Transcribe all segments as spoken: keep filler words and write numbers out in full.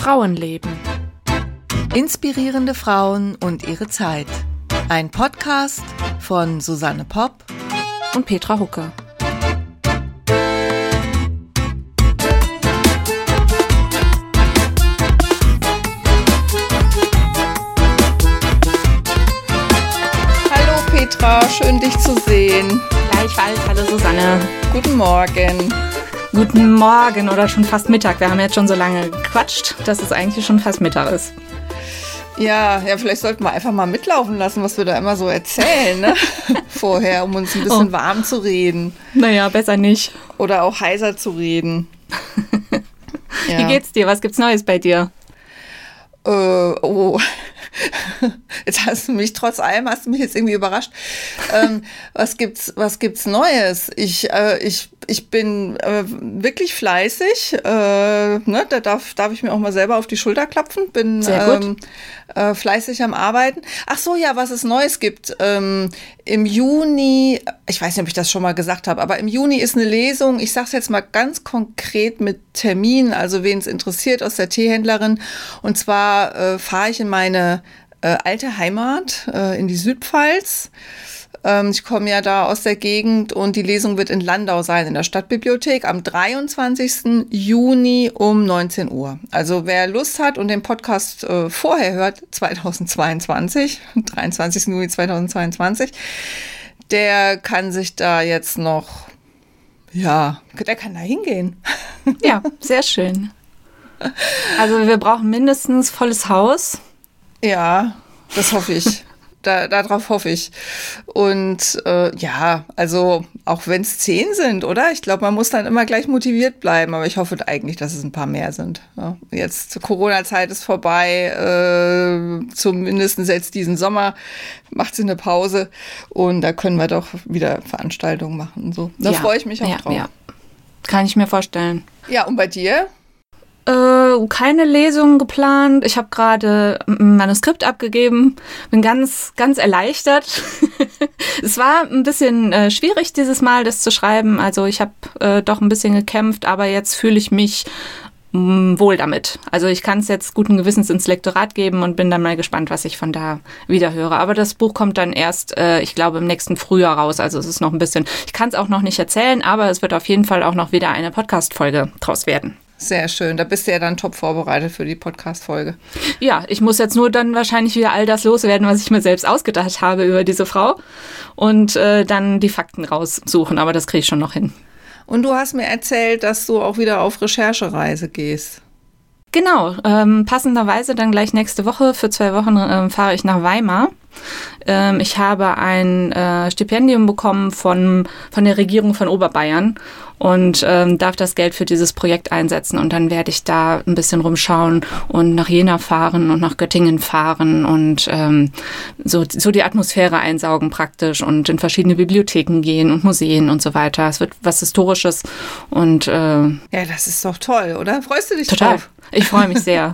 Frauenleben. Inspirierende Frauen und ihre Zeit. Ein Podcast von Susanne Popp und Petra Hucke. Hallo Petra, schön dich zu sehen. Gleichfalls, hallo Susanne. Guten Morgen. Guten Morgen oder schon fast Mittag. Wir haben jetzt schon so lange gequatscht, dass es eigentlich schon fast Mittag ist. Ja, ja, vielleicht sollten wir einfach mal mitlaufen lassen, was wir da immer so erzählen, ne? Vorher, um uns ein bisschen oh. warm zu reden. Naja, besser nicht. Oder auch heiser zu reden. Ja. Wie geht's dir? Was gibt's Neues bei dir? Äh, oh, jetzt hast du mich, trotz allem hast du mich jetzt irgendwie überrascht. Ähm, was gibt's, was gibt's Neues? Ich, äh, ich, ich bin äh, wirklich fleißig. Äh, ne, da darf, darf ich mir auch mal selber auf die Schulter klopfen. Bin Sehr gut. Ähm, äh, fleißig am Arbeiten. Ach so, ja, was es Neues gibt. Ähm, im Juni, ich weiß nicht, ob ich das schon mal gesagt habe, aber im Juni ist eine Lesung. Ich sage es jetzt mal ganz konkret mit Termin, also wen es interessiert aus der Teehändlerin. Und zwar äh, fahre ich in meine äh, alte Heimat, äh, in die Südpfalz. Ähm, ich komme ja da aus der Gegend und die Lesung wird in Landau sein, in der Stadtbibliothek, am dreiundzwanzigsten Juni um neunzehn Uhr. Also wer Lust hat und den Podcast äh, vorher hört, zweitausendzweiundzwanzig, dreiundzwanzigsten Juni zweitausendzweiundzwanzig, der kann sich da jetzt noch, ja, der kann da hingehen. Ja, sehr schön. Also wir brauchen mindestens volles Haus. Ja, das hoffe ich. Da, darauf hoffe ich. Und äh, ja, also auch wenn es zehn sind, oder? Ich glaube, man muss dann immer gleich motiviert bleiben. Aber ich hoffe eigentlich, dass es ein paar mehr sind. Ja, jetzt, die Corona-Zeit ist vorbei. Äh, zumindest jetzt diesen Sommer macht sie eine Pause. Und da können wir doch wieder Veranstaltungen machen. Und so. Da ja, freue ich mich auch ja, drauf. Ja. Kann ich mir vorstellen. Ja, und bei dir? Äh, keine Lesung geplant. Ich habe gerade ein Manuskript abgegeben. Bin ganz, ganz erleichtert. Es war ein bisschen äh, schwierig dieses Mal, das zu schreiben. Also ich habe äh, doch ein bisschen gekämpft, aber jetzt fühle ich mich mh, wohl damit. Also ich kann es jetzt guten Gewissens ins Lektorat geben und bin dann mal gespannt, was ich von da wieder höre. Aber das Buch kommt dann erst, äh, ich glaube, im nächsten Frühjahr raus. Also es ist noch ein bisschen, ich kann es auch noch nicht erzählen, aber es wird auf jeden Fall auch noch wieder eine Podcast-Folge draus werden. Sehr schön. Da bist du ja dann top vorbereitet für die Podcast-Folge. Ja, ich muss jetzt nur dann wahrscheinlich wieder all das loswerden, was ich mir selbst ausgedacht habe über diese Frau und äh, dann die Fakten raussuchen. Aber das kriege ich schon noch hin. Und du hast mir erzählt, dass du auch wieder auf Recherchereise gehst. Genau. Ähm, passenderweise dann gleich nächste Woche, für zwei Wochen äh, fahre ich nach Weimar. Ähm, ich habe ein äh, Stipendium bekommen von, von der Regierung von Oberbayern und ähm, darf das Geld für dieses Projekt einsetzen. Und dann werde ich da ein bisschen rumschauen und nach Jena fahren und nach Göttingen fahren und ähm, so, so die Atmosphäre einsaugen praktisch und in verschiedene Bibliotheken gehen und Museen und so weiter. Es wird was Historisches und äh, ja, das ist doch toll, oder? Freust du dich total drauf? Ich freue mich sehr.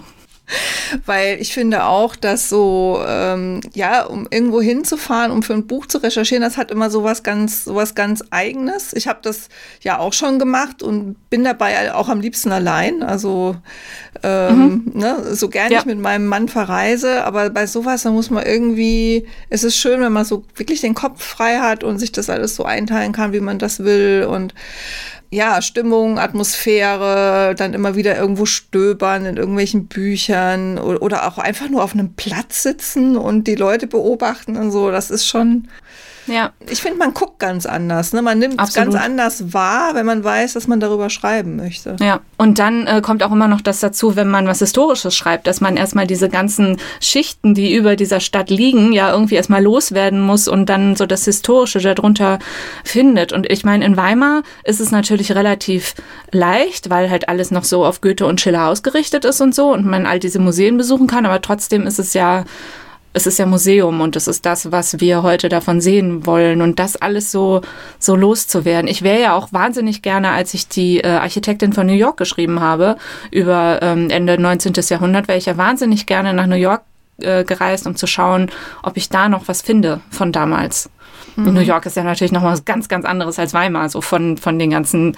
Weil ich finde auch, dass so, ähm, ja, um irgendwo hinzufahren, um für ein Buch zu recherchieren, das hat immer sowas ganz, sowas ganz Eigenes. Ich habe das ja auch schon gemacht und bin dabei auch am liebsten allein. Also ähm, mhm. ne, so gerne ja. ich mit meinem Mann verreise, aber bei sowas, da muss man irgendwie, es ist schön, wenn man so wirklich den Kopf frei hat und sich das alles so einteilen kann, wie man das will und ja, Stimmung, Atmosphäre, dann immer wieder irgendwo stöbern in irgendwelchen Büchern oder, oder auch einfach nur auf einem Platz sitzen und die Leute beobachten und so. Das ist schon, ja. Ich finde, man guckt ganz anders. Ne? Man nimmt es ganz anders wahr, wenn man weiß, dass man darüber schreiben möchte. Ja, und dann äh, kommt auch immer noch das dazu, wenn man was Historisches schreibt, dass man erstmal diese ganzen Schichten, die über dieser Stadt liegen, ja irgendwie erstmal loswerden muss und dann so das Historische darunter findet. Und ich meine, in Weimar ist es natürlich relativ leicht, weil halt alles noch so auf Goethe und Schiller ausgerichtet ist und so und man all diese Museen besuchen kann, aber trotzdem ist es ja Es ist ja Museum und es ist das, was wir heute davon sehen wollen und das alles so, so loszuwerden. Ich wäre ja auch wahnsinnig gerne, als ich die äh, Architektin von New York geschrieben habe, über ähm, Ende neunzehnten. Jahrhundert, wäre ich ja wahnsinnig gerne nach New York äh, gereist, um zu schauen, ob ich da noch was finde von damals. Mhm. New York ist ja natürlich noch was ganz, ganz anderes als Weimar, so von, von den ganzen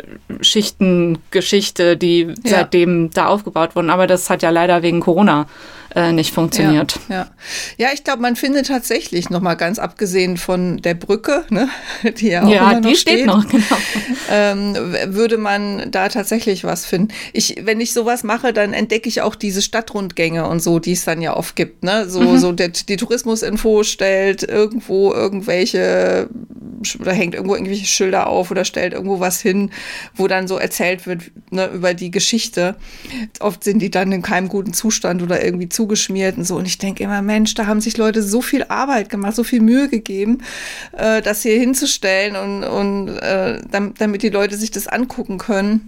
Schichten, Geschichte, die ja. seitdem da aufgebaut wurden. Aber das hat ja leider wegen Corona äh, nicht funktioniert. Ja, ja. ja ich glaube, man findet tatsächlich noch mal ganz abgesehen von der Brücke, ne, die ja auch ja, immer noch die steht, steht noch, genau. ähm, würde man da tatsächlich was finden. Ich, wenn ich sowas mache, dann entdecke ich auch diese Stadtrundgänge und so, die es dann ja oft gibt. Ne? So, mhm. so der, die Tourismusinfo stellt irgendwo irgendwelche, oder hängt irgendwo irgendwelche Schilder auf oder stellt irgendwo was hin, wo dann so erzählt wird, ne, über die Geschichte. Oft sind die dann in keinem guten Zustand oder irgendwie zugeschmiert und so. Und ich denke immer, Mensch, da haben sich Leute so viel Arbeit gemacht, so viel Mühe gegeben, äh, das hier hinzustellen und, und äh, damit, damit die Leute sich das angucken können.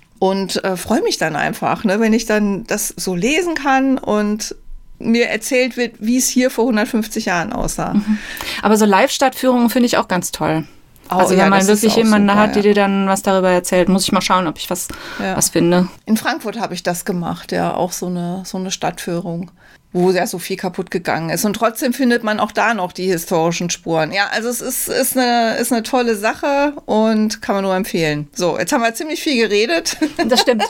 Und äh, freue mich dann einfach, ne, wenn ich dann das so lesen kann und mir erzählt wird, wie es hier vor hundertfünfzig Jahren aussah. Mhm. Aber so Live-Stadtführungen finde ich auch ganz toll. Oh, also wenn ja, man wirklich jemanden super, hat, der ja. dir dann was darüber erzählt, muss ich mal schauen, ob ich was, ja. was finde. In Frankfurt habe ich das gemacht, ja, auch so eine, so eine Stadtführung, wo ja so viel kaputt gegangen ist. Und trotzdem findet man auch da noch die historischen Spuren. Ja, also es ist, ist, eine, ist eine tolle Sache und kann man nur empfehlen. So, jetzt haben wir ziemlich viel geredet. Das stimmt.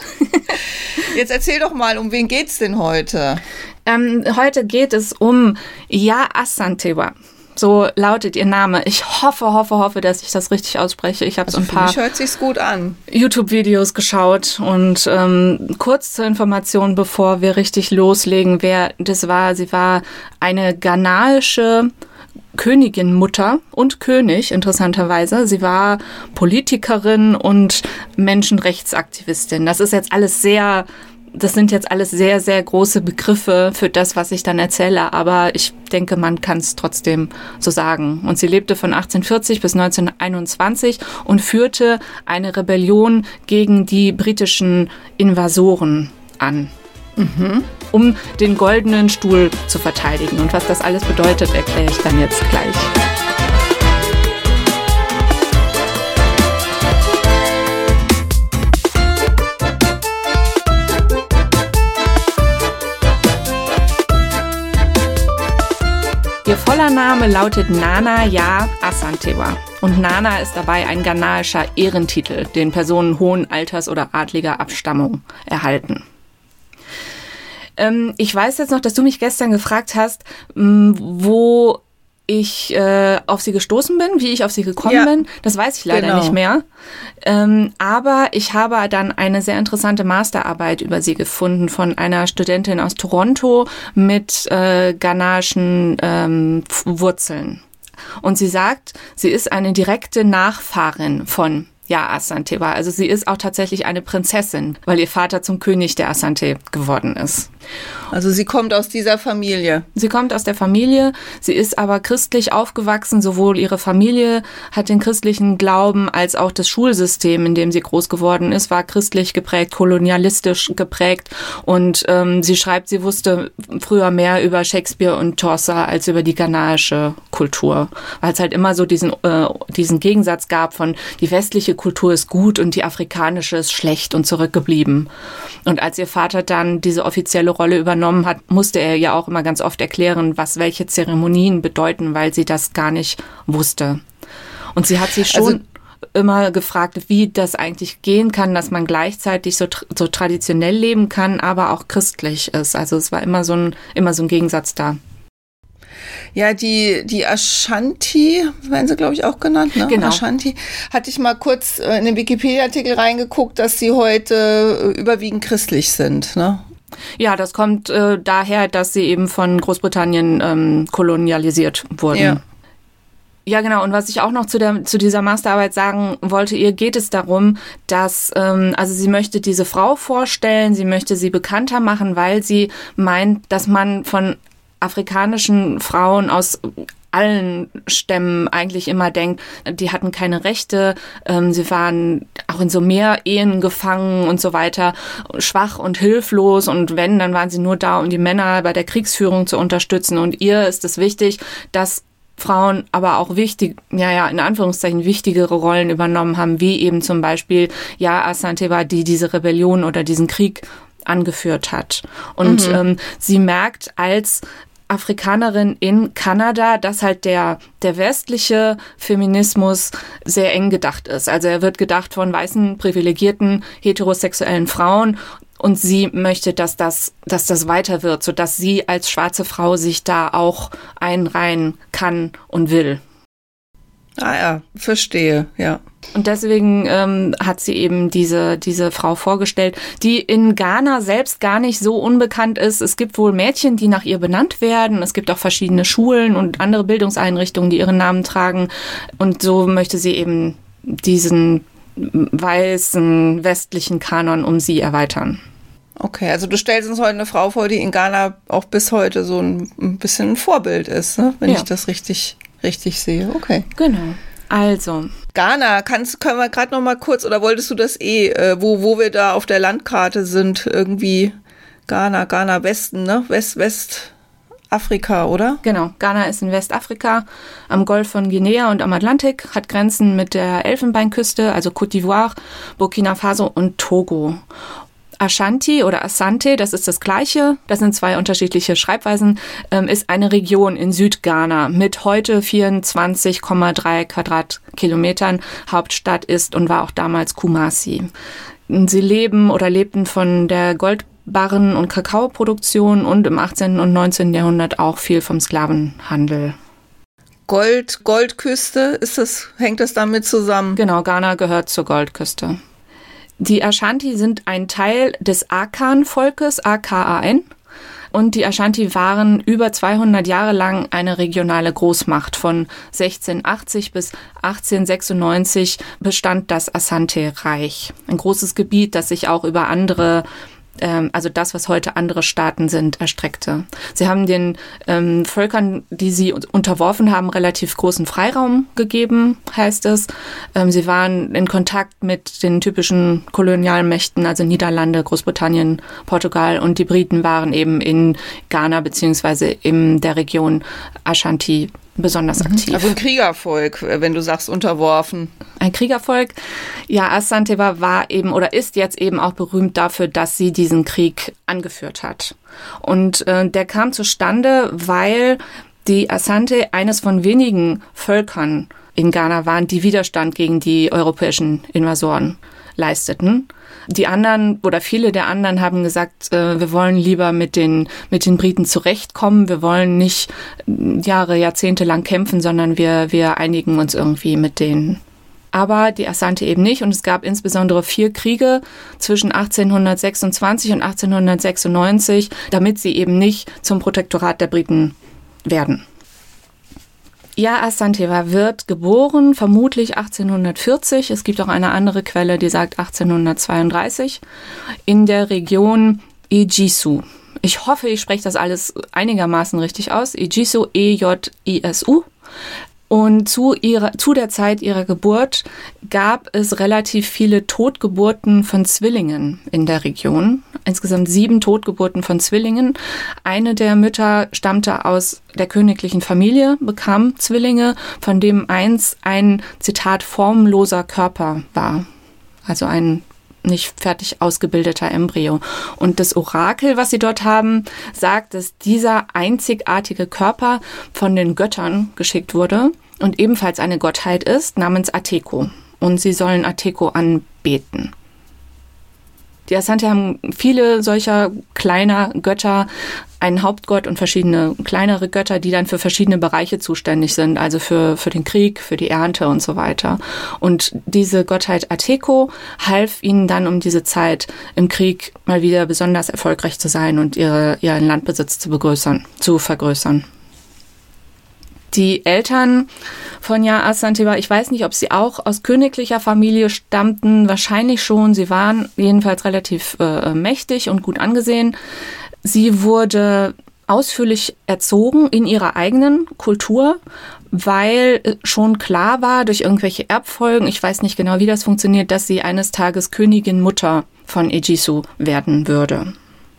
Jetzt erzähl doch mal, um wen geht's denn heute? Ähm, heute geht es um Ya Asantewaa. So lautet ihr Name. Ich hoffe, hoffe, hoffe, dass ich das richtig ausspreche. Ich habe also so ein für paar mich hört sich's gut an. YouTube-Videos geschaut und ähm, kurz zur Information, bevor wir richtig loslegen, wer das war. Sie war eine ghanaische Königinmutter und König, interessanterweise. Sie war Politikerin und Menschenrechtsaktivistin. Das ist jetzt alles sehr... Das sind jetzt alles sehr, sehr große Begriffe für das, was ich dann erzähle, aber ich denke, man kann es trotzdem so sagen. Und sie lebte von achtzehnhundertvierzig bis neunzehnhunderteinundzwanzig und führte eine Rebellion gegen die britischen Invasoren an, mhm. um den goldenen Stuhl zu verteidigen. Und was das alles bedeutet, erkläre ich dann jetzt gleich. Ihr voller Name lautet Nana Ya Asantewaa. Und Nana ist dabei ein ghanaischer Ehrentitel, den Personen hohen Alters oder adliger Abstammung erhalten. Ähm, ich weiß jetzt noch, dass du mich gestern gefragt hast, wo ich äh, auf sie gestoßen bin, wie ich auf sie gekommen ja, bin. Das weiß ich leider genau. nicht mehr. Ähm, aber ich habe dann eine sehr interessante Masterarbeit über sie gefunden von einer Studentin aus Toronto mit äh, ghanaischen ähm, Wurzeln. Und sie sagt, sie ist eine direkte Nachfahrin von Ya Asantewaa. Also sie ist auch tatsächlich eine Prinzessin, weil ihr Vater zum König der Asante geworden ist. Also sie kommt aus dieser Familie. Sie kommt aus der Familie. Sie ist aber christlich aufgewachsen. Sowohl ihre Familie hat den christlichen Glauben als auch das Schulsystem, in dem sie groß geworden ist, war christlich geprägt, kolonialistisch geprägt. Und ähm, sie schreibt, sie wusste früher mehr über Shakespeare und Chaucer als über die ghanaische Kultur, weil es halt immer so diesen äh, diesen Gegensatz gab von die westliche Kultur ist gut und die afrikanische ist schlecht und zurückgeblieben. Und als ihr Vater dann diese offizielle Rolle übernommen hat, musste er ja auch immer ganz oft erklären, was welche Zeremonien bedeuten, weil sie das gar nicht wusste. Und sie hat sich schon also, immer gefragt, wie das eigentlich gehen kann, dass man gleichzeitig so, so traditionell leben kann, aber auch christlich ist. Also es war immer so ein, immer so ein Gegensatz da. Ja, die, die Ashanti, werden sie, glaube ich, auch genannt, ne? Genau. Ashanti, hatte ich mal kurz in den Wikipedia-Artikel reingeguckt, dass sie heute überwiegend christlich sind, ne? Ja, das kommt äh, daher, dass sie eben von Großbritannien ähm, kolonialisiert wurden. Ja. Ja, genau. Und was ich auch noch zu der zu dieser Masterarbeit sagen wollte, ihr geht es darum, dass, ähm, also sie möchte diese Frau vorstellen, sie möchte sie bekannter machen, weil sie meint, dass man von afrikanischen Frauen aus allen Stämmen eigentlich immer denkt, die hatten keine Rechte, ähm, sie waren auch in so mehr Ehen gefangen und so weiter, schwach und hilflos und wenn, dann waren sie nur da, um die Männer bei der Kriegsführung zu unterstützen und ihr ist es wichtig, dass Frauen aber auch wichtig, ja, ja, in Anführungszeichen wichtigere Rollen übernommen haben, wie eben zum Beispiel Ya Asantewaa, die diese Rebellion oder diesen Krieg angeführt hat. Und mhm. ähm, sie merkt als Afrikanerin in Kanada, dass halt der, der westliche Feminismus sehr eng gedacht ist. Also er wird gedacht von weißen, privilegierten, heterosexuellen Frauen. Und sie möchte, dass das, dass das weiter wird, sodass sie als schwarze Frau sich da auch einreihen kann und will. Ah ja, verstehe, ja. Und deswegen ähm, hat sie eben diese, diese Frau vorgestellt, die in Ghana selbst gar nicht so unbekannt ist. Es gibt wohl Mädchen, die nach ihr benannt werden. Es gibt auch verschiedene Schulen und andere Bildungseinrichtungen, die ihren Namen tragen. Und so möchte sie eben diesen weißen westlichen Kanon um sie erweitern. Okay, also du stellst uns heute eine Frau vor, die in Ghana auch bis heute so ein, ein bisschen ein Vorbild ist, ne? Wenn ja. ich das richtig, richtig sehe. Okay. Genau. Also. Ghana, kannst, können wir gerade noch mal kurz, oder wolltest du das eh, äh, wo, wo wir da auf der Landkarte sind, irgendwie Ghana, Ghana Westen, ne? West, Westafrika, oder? Genau, Ghana ist in Westafrika, am Golf von Guinea und am Atlantik, hat Grenzen mit der Elfenbeinküste, also Côte d'Ivoire, Burkina Faso und Togo. Ashanti oder Asante, das ist das Gleiche, das sind zwei unterschiedliche Schreibweisen, ähm, ist eine Region in Südghana mit heute vierundzwanzig Komma drei Quadratkilometern. Hauptstadt ist und war auch damals Kumasi. Sie leben oder lebten von der Goldbarren- und Kakaoproduktion und im achtzehnten und neunzehnten Jahrhundert auch viel vom Sklavenhandel. Gold, Goldküste, ist das, hängt das damit zusammen? Genau, Ghana gehört zur Goldküste. Die Ashanti sind ein Teil des Akan-Volkes, A K A N. Und die Ashanti waren über zweihundert Jahre lang eine regionale Großmacht. Von sechzehnhundertachtzig bis achtzehnhundertsechsundneunzig bestand das Asante-Reich. Ein großes Gebiet, das sich auch über andere, ähm, also das, was heute andere Staaten sind, erstreckte. Sie haben den ähm, Völkern, die sie unterworfen haben, relativ großen Freiraum gegeben, heißt es. Ähm, sie waren in Kontakt mit den typischen Kolonialmächten, also Niederlande, Großbritannien, Portugal, und die Briten waren eben in Ghana beziehungsweise in der Region Ashanti besonders aktiv. Also ein Kriegervolk, wenn du sagst unterworfen. Ein Kriegervolk. Ja, Asante war, war eben oder ist jetzt eben auch berühmt dafür, dass sie diesen Krieg angeführt hat. Und äh, der kam zustande, weil die Asante eines von wenigen Völkern in Ghana waren, die Widerstand gegen die europäischen Invasoren leisteten. Die anderen oder viele der anderen haben gesagt, äh, wir wollen lieber mit den mit den Briten zurechtkommen. Wir wollen nicht Jahre, Jahrzehnte lang kämpfen, sondern wir wir einigen uns irgendwie mit denen. Aber die Asante eben nicht. Und es gab insbesondere vier Kriege zwischen achtzehnhundertsechsundzwanzig und achtzehnhundertsechsundneunzig, damit sie eben nicht zum Protektorat der Briten werden. Ja, Asante wird geboren, vermutlich achtzehnhundertvierzig. Es gibt auch eine andere Quelle, die sagt achtzehnhundertzweiunddreißig, in der Region Ejisu. Ich hoffe, ich spreche das alles einigermaßen richtig aus. Ejisu, E J I S U. Und zu ihrer, zu der Zeit ihrer Geburt gab es relativ viele Totgeburten von Zwillingen in der Region. Insgesamt sieben Totgeburten von Zwillingen. Eine der Mütter stammte aus der königlichen Familie, bekam Zwillinge, von dem eins ein, Zitat, formloser Körper war. Also ein nicht fertig ausgebildeter Embryo. Und das Orakel, was sie dort haben, sagt, dass dieser einzigartige Körper von den Göttern geschickt wurde und ebenfalls eine Gottheit ist, namens Ateko. Und sie sollen Ateko anbeten. Die Asante haben viele solcher kleiner Götter, einen Hauptgott und verschiedene kleinere Götter, die dann für verschiedene Bereiche zuständig sind, also für, für den Krieg, für die Ernte und so weiter. Und diese Gottheit Ateko half ihnen dann um diese Zeit im Krieg mal wieder besonders erfolgreich zu sein und ihre, ihren Landbesitz zu begrößern, zu vergrößern. Die Eltern von Ja Asante, ich weiß nicht, ob sie auch aus königlicher Familie stammten, wahrscheinlich schon. Sie waren jedenfalls relativ äh, mächtig und gut angesehen. Sie wurde ausführlich erzogen in ihrer eigenen Kultur, weil schon klar war durch irgendwelche Erbfolgen, ich weiß nicht genau, wie das funktioniert, dass sie eines Tages Königin Mutter von Ejisu werden würde.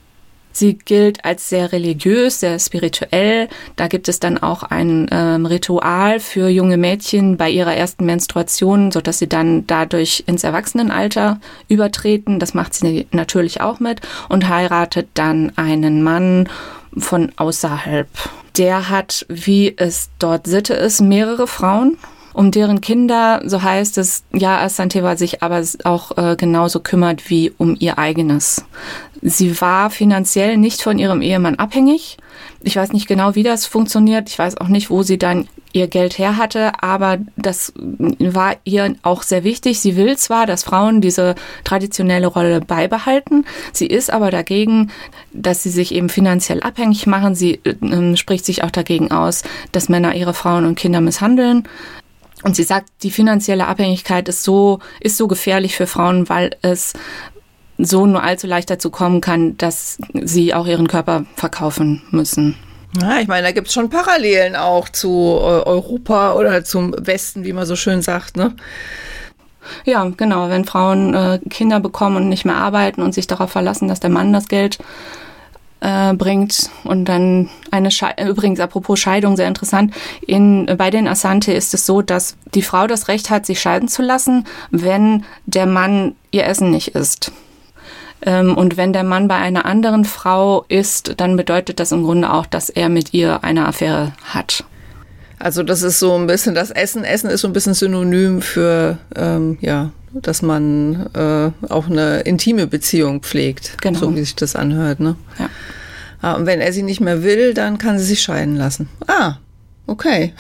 Sie gilt als sehr religiös, sehr spirituell. Da gibt es dann auch ein ähm, Ritual für junge Mädchen bei ihrer ersten Menstruation, sodass sie dann dadurch ins Erwachsenenalter übertreten. Das macht sie natürlich auch mit und heiratet dann einen Mann von außerhalb. Der hat, wie es dort Sitte ist, mehrere Frauen. Um deren Kinder, so heißt es, ja, Asanteva sich aber auch äh, genauso kümmert wie um ihr eigenes. Sie war finanziell nicht von ihrem Ehemann abhängig. Ich weiß nicht genau, wie das funktioniert. Ich weiß auch nicht, wo sie dann ihr Geld her hatte, aber das war ihr auch sehr wichtig. Sie will zwar, dass Frauen diese traditionelle Rolle beibehalten. Sie ist aber dagegen, dass sie sich eben finanziell abhängig machen. Sie äh, spricht sich auch dagegen aus, dass Männer ihre Frauen und Kinder misshandeln. Und sie sagt, die finanzielle Abhängigkeit ist so, ist so gefährlich für Frauen, weil es so nur allzu leicht dazu kommen kann, dass sie auch ihren Körper verkaufen müssen. Ja, ich meine, da gibt es schon Parallelen auch zu äh, Europa oder zum Westen, wie man so schön sagt, ne? Ja, genau. Wenn Frauen äh, Kinder bekommen und nicht mehr arbeiten und sich darauf verlassen, dass der Mann das Geld äh, bringt und dann eine Scheidung, übrigens apropos Scheidung, sehr interessant, in, bei den Asante ist es so, dass die Frau das Recht hat, sich scheiden zu lassen, wenn der Mann ihr Essen nicht isst. Ähm, und wenn der Mann bei einer anderen Frau ist, dann bedeutet das im Grunde auch, dass er mit ihr eine Affäre hat. Also das ist so ein bisschen, das Essen, Essen ist so ein bisschen Synonym für, ähm, ja, dass man äh, auch eine intime Beziehung pflegt, genau. So wie sich das anhört, ne? Ja. Ah, und wenn er sie nicht mehr will, dann kann sie sich scheiden lassen. Ah, okay.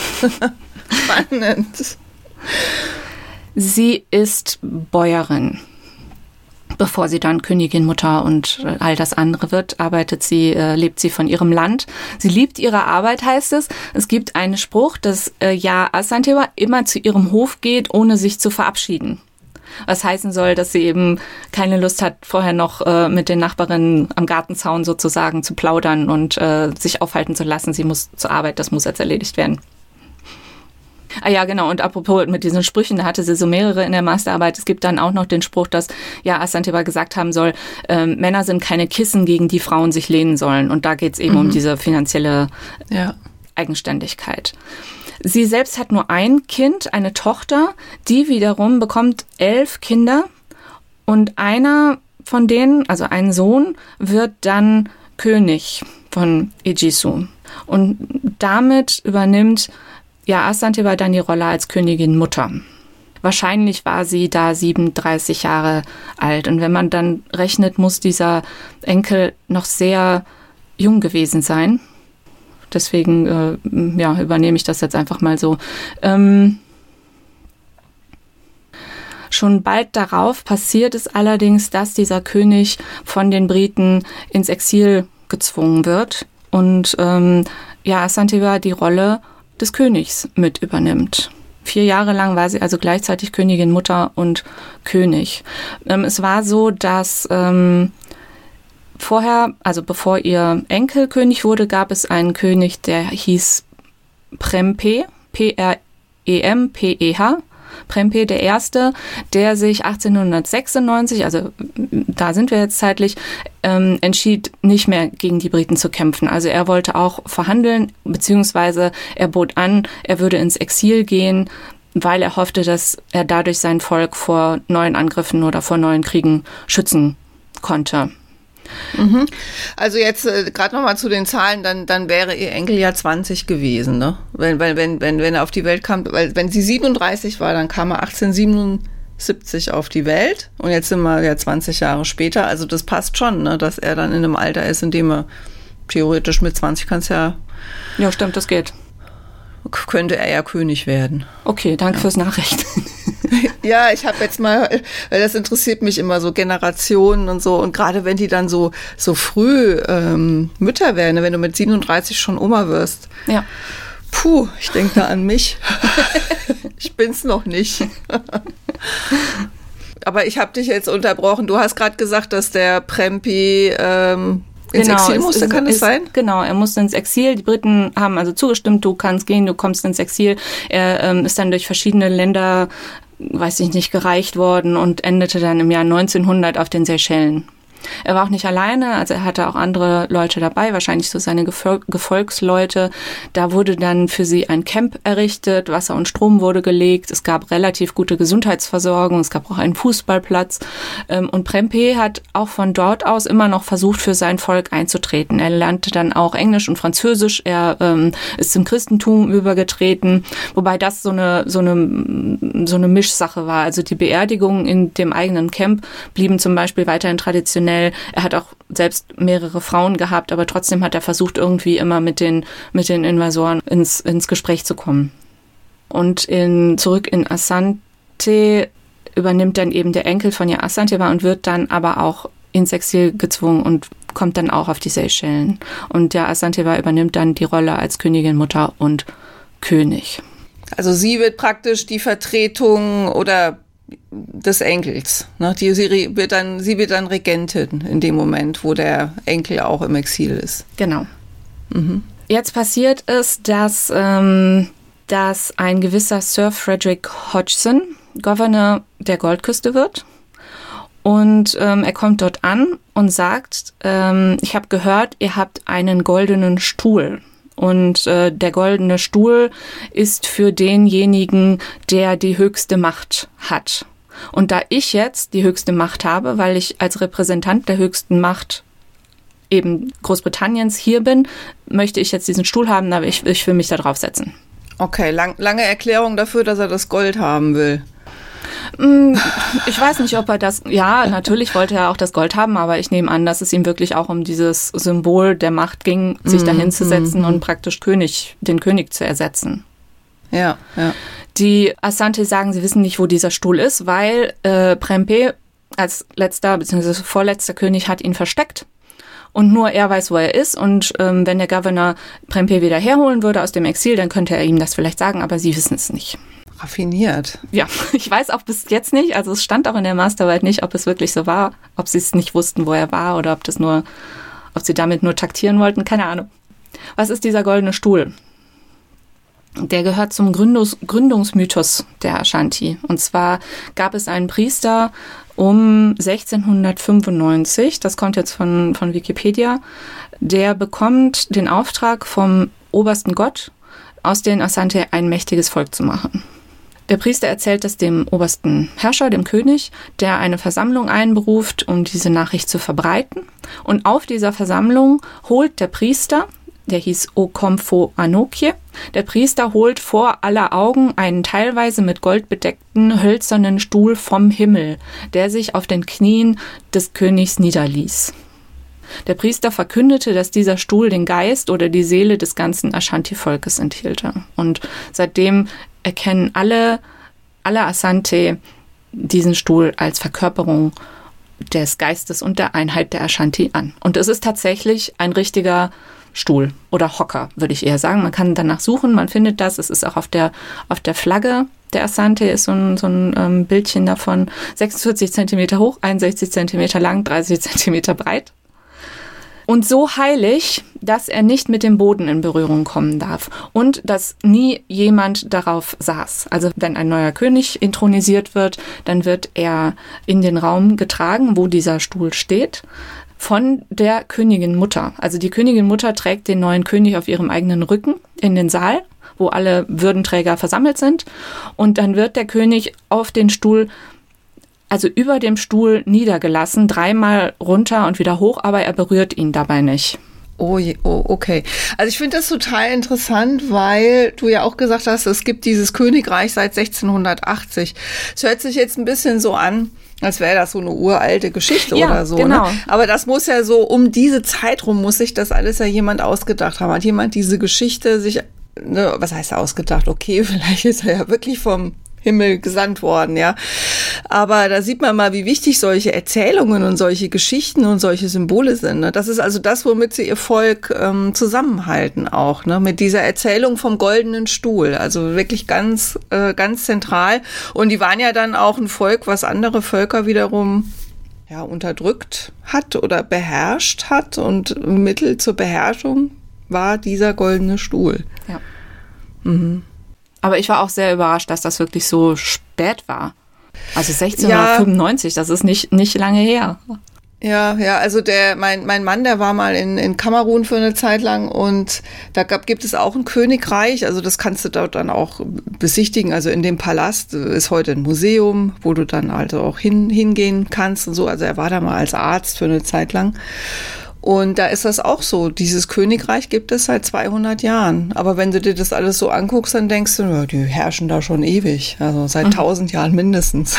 Spannend. Sie ist Bäuerin. Bevor sie dann Königin, Mutter und all das andere wird, arbeitet sie, äh, lebt sie von ihrem Land. Sie liebt ihre Arbeit, heißt es. Es gibt einen Spruch, dass äh, ja Asanteva immer zu ihrem Hof geht, ohne sich zu verabschieden. Was heißen soll, dass sie eben keine Lust hat, vorher noch äh, mit den Nachbarinnen am Gartenzaun sozusagen zu plaudern und äh, sich aufhalten zu lassen. Sie muss zur Arbeit, das muss jetzt erledigt werden. Ah ja, genau. Und apropos mit diesen Sprüchen, da hatte sie so mehrere in der Masterarbeit. Es gibt dann auch noch den Spruch, dass ja Asanteva gesagt haben soll, äh, Männer sind keine Kissen, gegen die Frauen sich lehnen sollen. Und da geht es eben mhm. um diese finanzielle ja. Eigenständigkeit. Sie selbst hat nur ein Kind, eine Tochter, die wiederum bekommt elf Kinder. Und einer von denen, also ein Sohn, wird dann König von Ejisu. Und damit übernimmt ja Asanteva dann die Rolle als Königin Mutter. Wahrscheinlich war sie da siebenunddreißig Jahre alt. Und wenn man dann rechnet, muss dieser Enkel noch sehr jung gewesen sein. Deswegen äh, ja, übernehme ich das jetzt einfach mal so. Ähm, schon bald darauf passiert es allerdings, dass dieser König von den Briten ins Exil gezwungen wird. Und ähm, ja, Asanteva die Rolle des Königs mit übernimmt. Vier Jahre lang war sie also gleichzeitig Königin, Mutter und König. Ähm, es war so, dass ähm, vorher, also bevor ihr Enkel König wurde, gab es einen König, der hieß Prempeh, P R E M P E H. Prempeh der Erste, der sich achtzehnhundertsechsundneunzig, also da sind wir jetzt zeitlich, ähm, entschied, nicht mehr gegen die Briten zu kämpfen. Also er wollte auch verhandeln, beziehungsweise er bot an, er würde ins Exil gehen, weil er hoffte, dass er dadurch sein Volk vor neuen Angriffen oder vor neuen Kriegen schützen konnte. Mhm. Also jetzt äh, gerade nochmal zu den Zahlen, dann, dann wäre ihr Enkel ja zwanzig gewesen, ne? Wenn, wenn, wenn, wenn, wenn er auf die Welt kam, weil wenn sie siebenunddreißig war, dann kam er achtzehnhundertsiebenundsiebzig auf die Welt und jetzt sind wir ja zwanzig Jahre später, also das passt schon, ne? Dass er dann in einem Alter ist, in dem er theoretisch mit zwanzig kann es ja... Ja, stimmt, das geht. Könnte er ja König werden. Okay, danke ja. fürs Nachrichten. Ja, ich habe jetzt mal, weil das interessiert mich immer so Generationen und so und gerade wenn die dann so so früh ähm, Mütter werden, wenn du mit siebenunddreißig schon Oma wirst. Ja. Puh, ich denke da an mich. Ich bin's noch nicht. Aber ich habe dich jetzt unterbrochen. Du hast gerade gesagt, dass der Prempeh ähm, ins genau, Exil musste, es, kann es sein? Genau, er musste ins Exil. Die Briten haben also zugestimmt, du kannst gehen, du kommst ins Exil. Er ähm, ist dann durch verschiedene Länder, weiß ich nicht, gereicht worden und endete dann im Jahr neunzehnhundert auf den Seychellen. Er war auch nicht alleine, also er hatte auch andere Leute dabei, wahrscheinlich so seine Gefol- Gefolgsleute. Da wurde dann für sie ein Camp errichtet, Wasser und Strom wurde gelegt, es gab relativ gute Gesundheitsversorgung, es gab auch einen Fußballplatz. Und Prempeh hat auch von dort aus immer noch versucht, für sein Volk einzutreten. Er lernte dann auch Englisch und Französisch, er ähm, ist zum Christentum übergetreten, wobei das so eine, so eine, so eine Mischsache war. Also die Beerdigungen in dem eigenen Camp blieben zum Beispiel weiterhin traditionell. Er hat auch selbst mehrere Frauen gehabt, aber trotzdem hat er versucht, irgendwie immer mit den, mit den Invasoren ins, ins Gespräch zu kommen. Und in, zurück in Asante übernimmt dann eben der Enkel von Asantewaa und wird dann aber auch ins Exil gezwungen und kommt dann auch auf die Seychellen. Und der Asantewaa übernimmt dann die Rolle als Königin, Mutter und König. Also sie wird praktisch die Vertretung oder des Enkels. Ne? Die, sie, wird dann, sie wird dann Regentin in dem Moment, wo der Enkel auch im Exil ist. Genau. Mhm. Jetzt passiert es, dass, ähm, dass ein gewisser Sir Frederick Hodgson Gouverneur der Goldküste wird. Und ähm, er kommt dort an und sagt, ähm, ich habe gehört, ihr habt einen goldenen Stuhl. Und äh, der goldene Stuhl ist für denjenigen, der die höchste Macht hat. Und da ich jetzt die höchste Macht habe, weil ich als Repräsentant der höchsten Macht eben Großbritanniens hier bin, möchte ich jetzt diesen Stuhl haben, aber ich, ich will mich da drauf setzen. Okay, lang, lange Erklärung dafür, dass er das Gold haben will. Ich weiß nicht, ob er das, ja, natürlich wollte er auch das Gold haben, aber ich nehme an, dass es ihm wirklich auch um dieses Symbol der Macht ging, sich mm, dahinzusetzen mm, und praktisch König, den König zu ersetzen. Ja, ja. Die Asante sagen, sie wissen nicht, wo dieser Stuhl ist, weil äh, Prempeh als letzter bzw. vorletzter König hat ihn versteckt. Und nur er weiß, wo er ist. Und ähm, wenn der Gouverneur Prempeh wieder herholen würde aus dem Exil, dann könnte er ihm das vielleicht sagen, aber sie wissen es nicht. Raffiniert. Ja, ich weiß auch bis jetzt nicht, also es stand auch in der Masterarbeit nicht, ob es wirklich so war, ob sie es nicht wussten, wo er war oder ob das nur, ob sie damit nur taktieren wollten, keine Ahnung. Was ist dieser goldene Stuhl? Der gehört zum Gründungs- Gründungsmythos der Ashanti. Und zwar gab es einen Priester um sechzehnhundertfünfundneunzig, das kommt jetzt von, von Wikipedia, der bekommt den Auftrag vom obersten Gott, aus den Asante ein mächtiges Volk zu machen. Der Priester erzählt das dem obersten Herrscher, dem König, der eine Versammlung einberuft, um diese Nachricht zu verbreiten. Und auf dieser Versammlung holt der Priester, der hieß Okomfo Anokye, der Priester holt vor aller Augen einen teilweise mit Gold bedeckten hölzernen Stuhl vom Himmel, der sich auf den Knien des Königs niederließ. Der Priester verkündete, dass dieser Stuhl den Geist oder die Seele des ganzen Ashanti-Volkes enthielte. Und seitdem erkennen alle, alle Asante diesen Stuhl als Verkörperung des Geistes und der Einheit der Ashanti an. Und es ist tatsächlich ein richtiger Stuhl oder Hocker, würde ich eher sagen. Man kann danach suchen, man findet das. Es ist auch auf der, auf der Flagge der Asante ist so ein, so ein ähm, Bildchen davon. sechsundvierzig Zentimeter hoch, einundsechzig Zentimeter lang, dreißig Zentimeter breit. Und so heilig, dass er nicht mit dem Boden in Berührung kommen darf und dass nie jemand darauf saß. Also wenn ein neuer König intronisiert wird, dann wird er in den Raum getragen, wo dieser Stuhl steht, von der Königin Mutter. Also die Königin Mutter trägt den neuen König auf ihrem eigenen Rücken in den Saal, wo alle Würdenträger versammelt sind. Und dann wird der König auf den Stuhl, also über dem Stuhl niedergelassen, dreimal runter und wieder hoch, aber er berührt ihn dabei nicht. Oh, je, oh okay. Also ich finde das total interessant, weil du ja auch gesagt hast, es gibt dieses Königreich seit sechzehnhundertachtzig. Es hört sich jetzt ein bisschen so an, als wäre das so eine uralte Geschichte ja, oder so. Genau. Ne? Aber das muss ja so, um diese Zeit rum muss sich das alles ja jemand ausgedacht haben. Hat jemand diese Geschichte sich, ne, was heißt ausgedacht? Okay, vielleicht ist er ja wirklich vom Himmel gesandt worden, ja. Aber da sieht man mal, wie wichtig solche Erzählungen und solche Geschichten und solche Symbole sind. Ne? Das ist also das, womit sie ihr Volk ähm, zusammenhalten auch, ne? Mit dieser Erzählung vom goldenen Stuhl. Also wirklich ganz, äh, ganz zentral. Und die waren ja dann auch ein Volk, was andere Völker wiederum ja unterdrückt hat oder beherrscht hat. Und ein Mittel zur Beherrschung war dieser goldene Stuhl. Ja. Mhm. Aber ich war auch sehr überrascht, dass das wirklich so spät war. Also sechzehnhundertfünfundneunzig, ja, das ist nicht, nicht lange her. Ja, ja, also der, mein, mein Mann, der war mal in, in Kamerun für eine Zeit lang und da gab, gibt es auch ein Königreich, also das kannst du dort dann auch besichtigen, also in dem Palast ist heute ein Museum, wo du dann also auch hin, hingehen kannst und so, also er war da mal als Arzt für eine Zeit lang. Und da ist das auch so. Dieses Königreich gibt es seit zweihundert Jahren. Aber wenn du dir das alles so anguckst, dann denkst du, ja, die herrschen da schon ewig. Also seit tausend Jahren mindestens.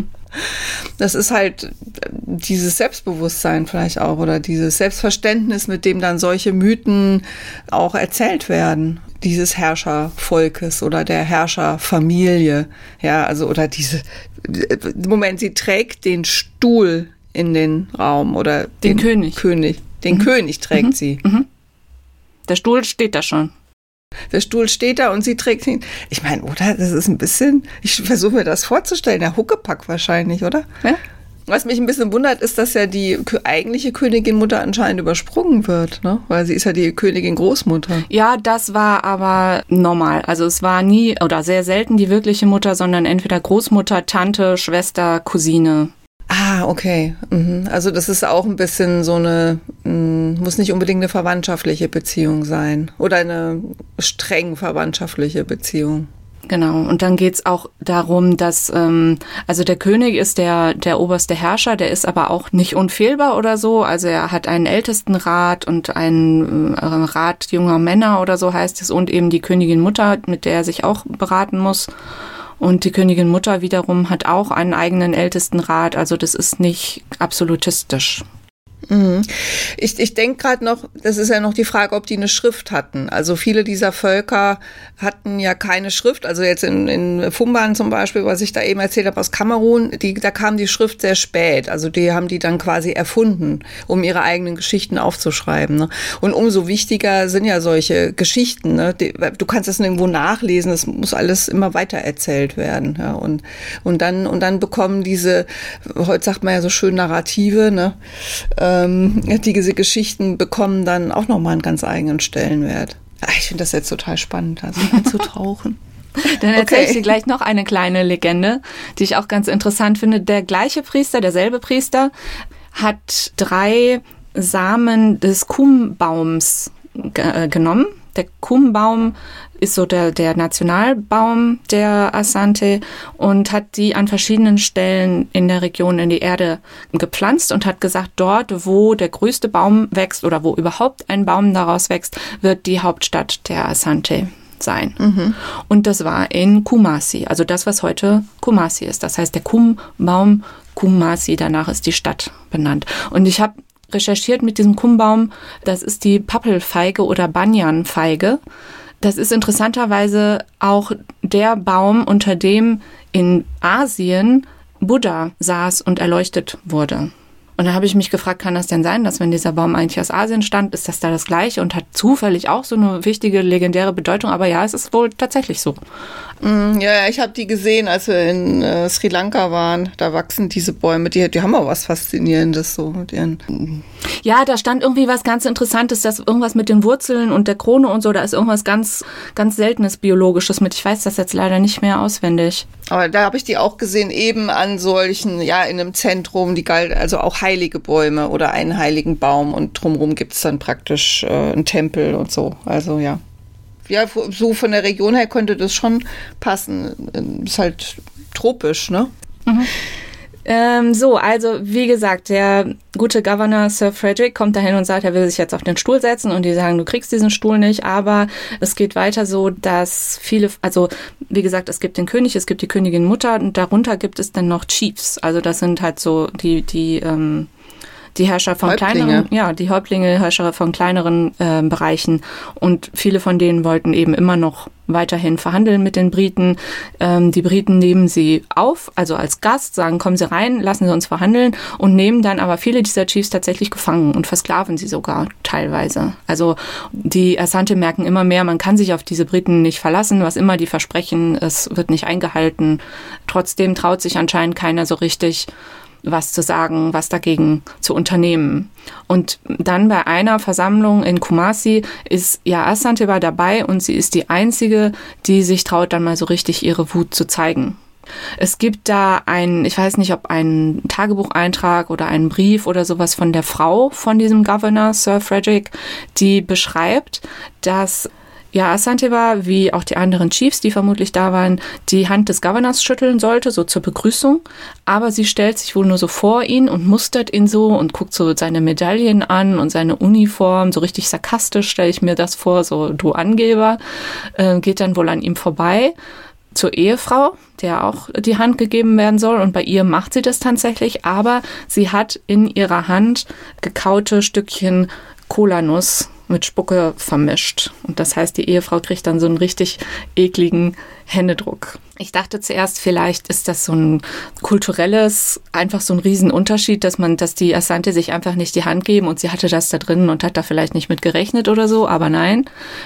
Das ist halt dieses Selbstbewusstsein vielleicht auch oder dieses Selbstverständnis, mit dem dann solche Mythen auch erzählt werden. Dieses Herrschervolkes oder der Herrscherfamilie. Ja, also oder diese, Moment, sie trägt den Stuhl in den Raum oder den, den König. König. Den mhm. König trägt mhm. sie. Mhm. Der Stuhl steht da schon. Der Stuhl steht da und sie trägt ihn. Ich meine, oder? Das ist ein bisschen, ich versuche mir das vorzustellen, der Huckepack wahrscheinlich, oder? Ja. Was mich ein bisschen wundert, ist, dass ja die eigentliche Königin-Mutter anscheinend übersprungen wird, ne? Weil sie ist ja die Königin-Großmutter. Ja, das war aber normal. Also es war nie oder sehr selten die wirkliche Mutter, sondern entweder Großmutter, Tante, Schwester, Cousine. Ah, okay. Mhm. Also das ist auch ein bisschen so eine, mh, muss nicht unbedingt eine verwandtschaftliche Beziehung sein oder eine streng verwandtschaftliche Beziehung. Genau, und dann geht's auch darum, dass, ähm, also der König ist der, der oberste Herrscher, der ist aber auch nicht unfehlbar oder so. Also er hat einen Ältestenrat und einen äh, Rat junger Männer oder so heißt es und eben die Königin Mutter, mit der er sich auch beraten muss. Und die Königin Mutter wiederum hat auch einen eigenen Ältestenrat, also das ist nicht absolutistisch. Mhm. Ich, ich denke gerade noch, das ist ja noch die Frage, ob die eine Schrift hatten. Also viele dieser Völker hatten ja keine Schrift. Also jetzt in, in Fumban zum Beispiel, was ich da eben erzählt habe aus Kamerun, die, da kam die Schrift sehr spät. Also die haben die dann quasi erfunden, um ihre eigenen Geschichten aufzuschreiben. Ne? Und umso wichtiger sind ja solche Geschichten. Ne? Die, du kannst das nirgendwo nachlesen, das muss alles immer weiter erzählt werden. Ja? Und, und, dann, und dann bekommen diese, heute sagt man ja so schön Narrative, ne? diese Geschichten bekommen dann auch nochmal einen ganz eigenen Stellenwert. Ich finde das jetzt total spannend, also einzutauchen. Dann erzähle okay. ich dir gleich noch eine kleine Legende, die ich auch ganz interessant finde. Der gleiche Priester, derselbe Priester, hat drei Samen des Kumbaums ge- genommen. Der Kumbaum ist so der, der Nationalbaum der Asante und hat die an verschiedenen Stellen in der Region in die Erde gepflanzt und hat gesagt, dort, wo der größte Baum wächst oder wo überhaupt ein Baum daraus wächst, wird die Hauptstadt der Asante sein. Mhm. Und das war in Kumasi, also das, was heute Kumasi ist. Das heißt, der Kumbaum Kumasi, danach ist die Stadt benannt. Und ich habe recherchiert mit diesem Kumbaum, das ist die Pappelfeige oder Banyanfeige. Das ist interessanterweise auch der Baum, unter dem in Asien Buddha saß und erleuchtet wurde. Und da habe ich mich gefragt, kann das denn sein, dass wenn dieser Baum eigentlich aus Asien stammt, ist das da das Gleiche und hat zufällig auch so eine wichtige, legendäre Bedeutung? Aber ja, es ist wohl tatsächlich so. Mm, ja, ich habe die gesehen, als wir in äh, Sri Lanka waren. Da wachsen diese Bäume, die, die haben auch was Faszinierendes so mit ihren. Ja, da stand irgendwie was ganz Interessantes, dass irgendwas mit den Wurzeln und der Krone und so, da ist irgendwas ganz, ganz Seltenes Biologisches mit. Ich weiß das jetzt leider nicht mehr auswendig. Aber da habe ich die auch gesehen, eben an solchen, ja, in einem Zentrum, die galt, also auch heilige Bäume oder einen heiligen Baum und drumherum gibt es dann praktisch äh, einen Tempel und so. Also ja. Ja, so von der Region her könnte das schon passen. Ist halt tropisch, ne? Mhm. Ähm, so, also wie gesagt, der gute Governor Sir Frederick kommt dahin und sagt, er will sich jetzt auf den Stuhl setzen und die sagen, du kriegst diesen Stuhl nicht, aber es geht weiter so, dass viele, also wie gesagt, es gibt den König, es gibt die Königin Mutter und darunter gibt es dann noch Chiefs, also das sind halt so die, die, ähm, die Herrscher von Häuptlinge. kleineren, ja, die Häuptlinge, Herrscher von kleineren äh, Bereichen und viele von denen wollten eben immer noch weiterhin verhandeln mit den Briten. Ähm, die Briten nehmen sie auf, also als Gast, sagen, kommen Sie rein, lassen Sie uns verhandeln und nehmen dann aber viele dieser Chiefs tatsächlich gefangen und versklaven sie sogar teilweise. Also die Asante merken immer mehr, man kann sich auf diese Briten nicht verlassen, was immer die versprechen, es wird nicht eingehalten. Trotzdem traut sich anscheinend keiner so richtig, was zu sagen, was dagegen zu unternehmen. Und dann bei einer Versammlung in Kumasi ist ja Asante dabei und sie ist die einzige, die sich traut, dann mal so richtig ihre Wut zu zeigen. Es gibt da ein, ich weiß nicht, ob ein Tagebucheintrag oder ein Brief oder sowas von der Frau von diesem Governor, Sir Frederick, die beschreibt, dass ja, Asante war, wie auch die anderen Chiefs, die vermutlich da waren, die Hand des Governors schütteln sollte, so zur Begrüßung. Aber sie stellt sich wohl nur so vor ihn und mustert ihn so und guckt so seine Medaillen an und seine Uniform. So richtig sarkastisch stelle ich mir das vor, so du Angeber. Äh, geht dann wohl an ihm vorbei zur Ehefrau, der auch die Hand gegeben werden soll. Und bei ihr macht sie das tatsächlich. Aber sie hat in ihrer Hand gekaute Stückchen Kolanuss mit Spucke vermischt. Und das heißt, die Ehefrau kriegt dann so einen richtig ekligen Händedruck. Ich dachte zuerst, vielleicht ist das so ein kulturelles, einfach so ein Riesenunterschied, dass man, dass die Asante sich einfach nicht die Hand geben und sie hatte das da drin und hat da vielleicht nicht mit gerechnet oder so. Aber nein,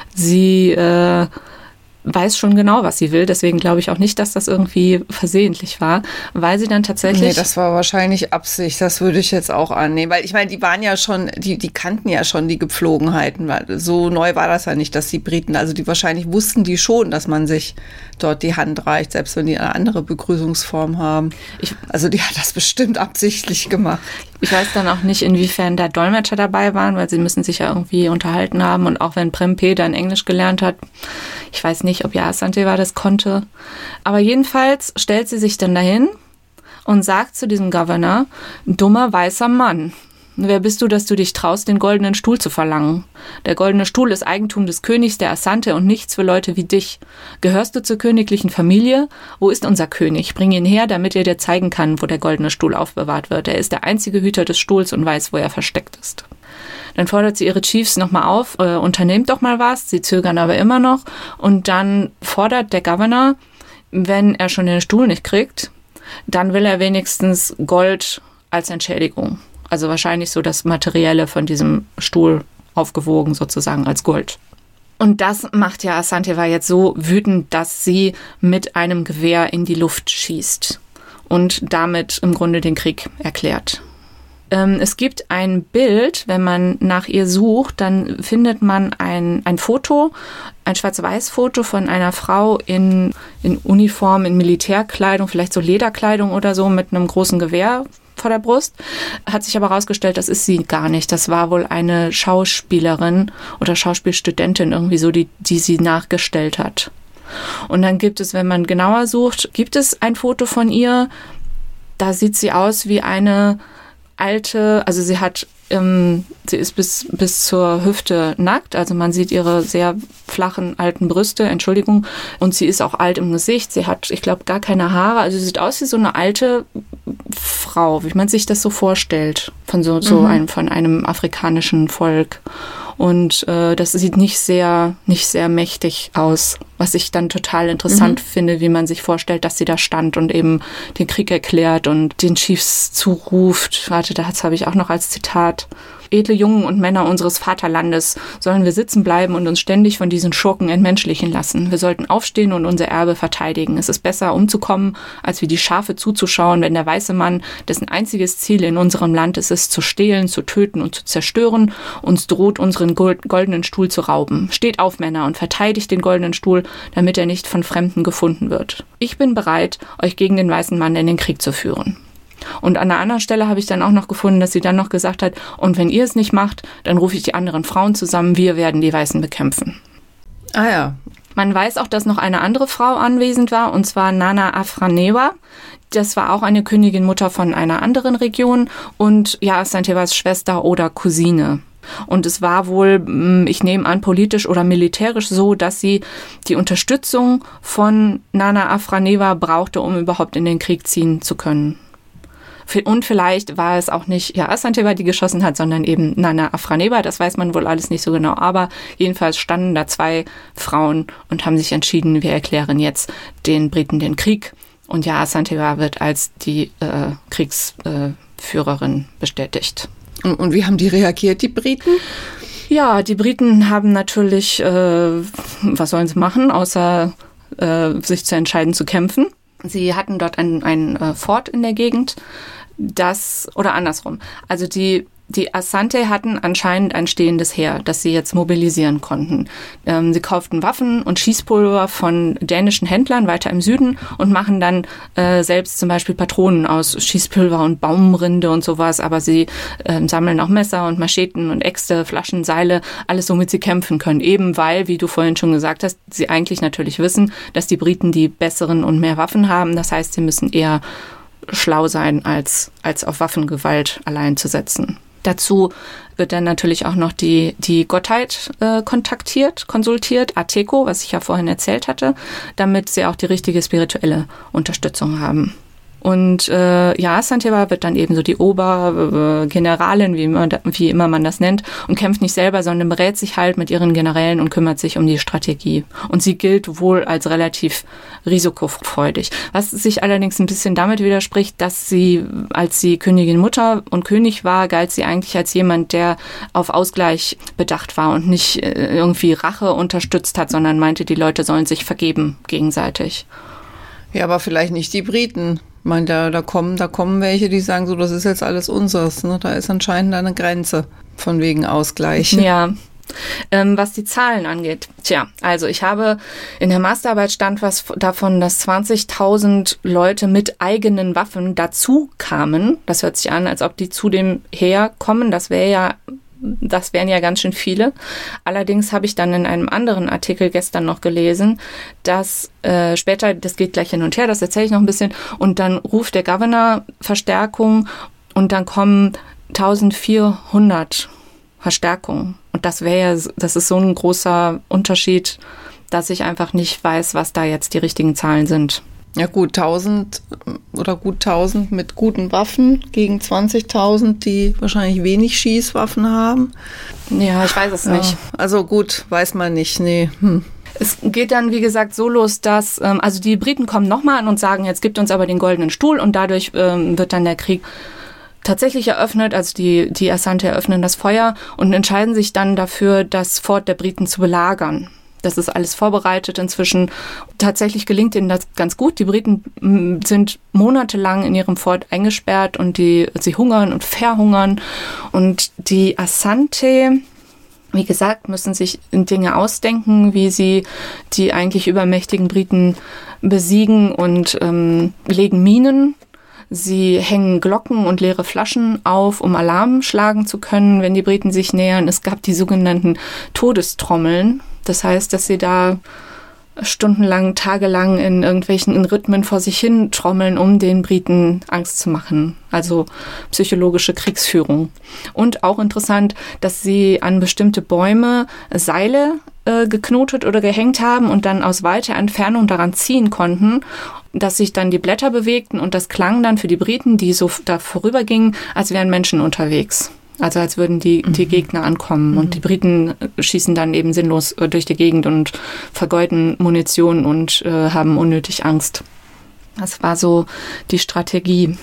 sie äh, weiß schon genau, was sie will. Deswegen glaube ich auch nicht, dass das irgendwie versehentlich war, weil sie dann tatsächlich... Nee, das war wahrscheinlich Absicht. Das würde ich jetzt auch annehmen. Weil ich meine, die waren ja schon, die, die kannten ja schon die Gepflogenheiten. So neu war das ja nicht, dass die Briten, also die wahrscheinlich wussten die schon, dass man sich dort die Hand reicht, selbst wenn die eine andere Begrüßungsform haben. Ich, also die hat das bestimmt absichtlich gemacht. Ich weiß dann auch nicht, inwiefern da Dolmetscher dabei waren, weil sie müssen sich ja irgendwie unterhalten haben. Und auch wenn Prempeh dann Englisch gelernt hat, ich weiß nicht, ob ja Asante das konnte. Aber jedenfalls stellt sie sich dann dahin und sagt zu diesem Governor, dummer weißer Mann, wer bist du, dass du dich traust, den goldenen Stuhl zu verlangen? Der goldene Stuhl ist Eigentum des Königs der Asante und nichts für Leute wie dich. Gehörst du zur königlichen Familie? Wo ist unser König? Bring ihn her, damit er dir zeigen kann, wo der goldene Stuhl aufbewahrt wird. Er ist der einzige Hüter des Stuhls und weiß, wo er versteckt ist. Dann fordert sie ihre Chiefs nochmal auf, äh, unternehmt doch mal was. Sie zögern aber immer noch. Und dann fordert der Governor, wenn er schon den Stuhl nicht kriegt, dann will er wenigstens Gold als Entschädigung. Also wahrscheinlich so das Materielle von diesem Stuhl aufgewogen sozusagen als Gold. Und das macht ja Asante war jetzt so wütend, dass sie mit einem Gewehr in die Luft schießt und damit im Grunde den Krieg erklärt. Ähm, es gibt ein Bild, wenn man nach ihr sucht, dann findet man ein, ein Foto, ein Schwarz-Weiß-Foto von einer Frau in, in Uniform, in Militärkleidung, vielleicht so Lederkleidung oder so mit einem großen Gewehr vor der Brust. Hat sich aber herausgestellt, das ist sie gar nicht. Das war wohl eine Schauspielerin oder Schauspielstudentin irgendwie so, die, die sie nachgestellt hat. Und dann gibt es, wenn man genauer sucht, gibt es ein Foto von ihr. Da sieht sie aus wie eine alte, also sie hat, ähm, sie ist bis, bis zur Hüfte nackt, also man sieht ihre sehr flachen alten Brüste, Entschuldigung, und sie ist auch alt im Gesicht, sie hat, ich glaube, gar keine Haare, also sie sieht aus wie so eine alte Frau, wie man sich das so vorstellt, von so, so mhm. einem, von einem afrikanischen Volk. Und äh, das sieht nicht sehr, nicht sehr mächtig aus, was ich dann total interessant mhm. finde, wie man sich vorstellt, dass sie da stand und eben den Krieg erklärt und den Chiefs zuruft. Warte, das habe ich auch noch als Zitat. Edle Jungen und Männer unseres Vaterlandes, sollen wir sitzen bleiben und uns ständig von diesen Schurken entmenschlichen lassen. Wir sollten aufstehen und unser Erbe verteidigen. Es ist besser, umzukommen, als wie die Schafe zuzuschauen, wenn der weiße Mann, dessen einziges Ziel in unserem Land ist es, zu stehlen, zu töten und zu zerstören, uns droht, unseren goldenen Stuhl zu rauben. Steht auf, Männer, und verteidigt den goldenen Stuhl, damit er nicht von Fremden gefunden wird. Ich bin bereit, euch gegen den weißen Mann in den Krieg zu führen. Und an einer anderen Stelle habe ich dann auch noch gefunden, dass sie dann noch gesagt hat, und wenn ihr es nicht macht, dann rufe ich die anderen Frauen zusammen, wir werden die Weißen bekämpfen. Ah ja. Man weiß auch, dass noch eine andere Frau anwesend war, und zwar Nana Afranewa. Das war auch eine Königin, Mutter von einer anderen Region und ja, Asantewas Schwester oder Cousine. Und es war wohl, ich nehme an, politisch oder militärisch so, dass sie die Unterstützung von Nana Afranewa brauchte, um überhaupt in den Krieg ziehen zu können. Und vielleicht war es auch nicht ja, Asantewaa, die geschossen hat, sondern eben Nana Afranewa. Das weiß man wohl alles nicht so genau. Aber jedenfalls standen da zwei Frauen und haben sich entschieden, wir erklären jetzt den Briten den Krieg. Und ja, Asantewaa wird als die äh, Kriegsführerin äh, bestätigt. Und, und wie haben die reagiert, die Briten? Ja, die Briten haben natürlich, äh, was sollen sie machen, außer äh, sich zu entscheiden zu kämpfen. Sie hatten dort ein, ein äh, Fort in der Gegend, das, oder andersrum, also die, Die Asante hatten anscheinend ein stehendes Heer, das sie jetzt mobilisieren konnten. Ähm, sie kauften Waffen und Schießpulver von dänischen Händlern weiter im Süden und machen dann äh, selbst zum Beispiel Patronen aus Schießpulver und Baumrinde und sowas. Aber sie äh, sammeln auch Messer und Macheten und Äxte, Flaschen, Seile, alles, womit sie kämpfen können. Eben weil, wie du vorhin schon gesagt hast, sie eigentlich natürlich wissen, dass die Briten die besseren und mehr Waffen haben. Das heißt, sie müssen eher schlau sein, als, als auf Waffengewalt allein zu setzen. Dazu wird dann natürlich auch noch die, die Gottheit äh, kontaktiert, konsultiert, Ateko, was ich ja vorhin erzählt hatte, damit sie auch die richtige spirituelle Unterstützung haben. Und äh, ja, Asantewaa wird dann eben so die Obergeneralin, wie immer, wie immer man das nennt, und kämpft nicht selber, sondern berät sich halt mit ihren Generälen und kümmert sich um die Strategie. Und sie gilt wohl als relativ risikofreudig. Was sich allerdings ein bisschen damit widerspricht, dass sie, als sie Königin Mutter und König war, galt sie eigentlich als jemand, der auf Ausgleich bedacht war und nicht äh, irgendwie Rache unterstützt hat, sondern meinte, die Leute sollen sich vergeben gegenseitig. Ja, aber vielleicht nicht die Briten. Ich meine, da, da, kommen, da kommen welche, die sagen so, das ist jetzt alles unseres. Ne? Da ist anscheinend eine Grenze von wegen Ausgleich. Ja, ähm, was die Zahlen angeht. Tja, also ich habe in der Masterarbeit stand was davon, dass zwanzigtausend Leute mit eigenen Waffen dazu kamen. Das hört sich an, als ob die zu dem Heer kommen. Das wäre ja Das wären ja ganz schön viele. Allerdings habe ich dann in einem anderen Artikel gestern noch gelesen, dass äh, später, das geht gleich hin und her, das erzähle ich noch ein bisschen, und dann ruft der Governor Verstärkung und dann kommen eintausendvierhundert Verstärkungen. Und das wäre ja, das ist so ein großer Unterschied, dass ich einfach nicht weiß, was da jetzt die richtigen Zahlen sind. Ja gut, tausend oder gut tausend mit guten Waffen gegen zwanzigtausend, die wahrscheinlich wenig Schießwaffen haben. Ja, ich weiß es ja, nicht. Also gut, weiß man nicht, nee. Hm. Es geht dann, wie gesagt, so los, dass, ähm, also die Briten kommen nochmal an und sagen, jetzt gibt uns aber den goldenen Stuhl, und dadurch ähm, wird dann der Krieg tatsächlich eröffnet, also die, die Asante eröffnen das Feuer und entscheiden sich dann dafür, das Fort der Briten zu belagern. Das ist alles vorbereitet inzwischen. Tatsächlich gelingt ihnen das ganz gut. Die Briten sind monatelang in ihrem Fort eingesperrt und die, sie hungern und verhungern. Und die Asante, wie gesagt, müssen sich Dinge ausdenken, wie sie die eigentlich übermächtigen Briten besiegen, und ähm, legen Minen. Sie hängen Glocken und leere Flaschen auf, um Alarm schlagen zu können, wenn die Briten sich nähern. Es gab die sogenannten Todestrommeln. Das heißt, dass sie da stundenlang, tagelang in irgendwelchen in Rhythmen vor sich hin trommeln, um den Briten Angst zu machen. Also psychologische Kriegsführung. Und auch interessant, dass sie an bestimmte Bäume Seile äh, geknotet oder gehängt haben und dann aus weiter Entfernung daran ziehen konnten, dass sich dann die Blätter bewegten, und das klang dann für die Briten, die so da vorübergingen, als wären Menschen unterwegs. Also als würden die, die Gegner ankommen. Mhm. Und die Briten schießen dann eben sinnlos durch die Gegend und vergeuden Munition und äh, haben unnötig Angst. Das war so die Strategie.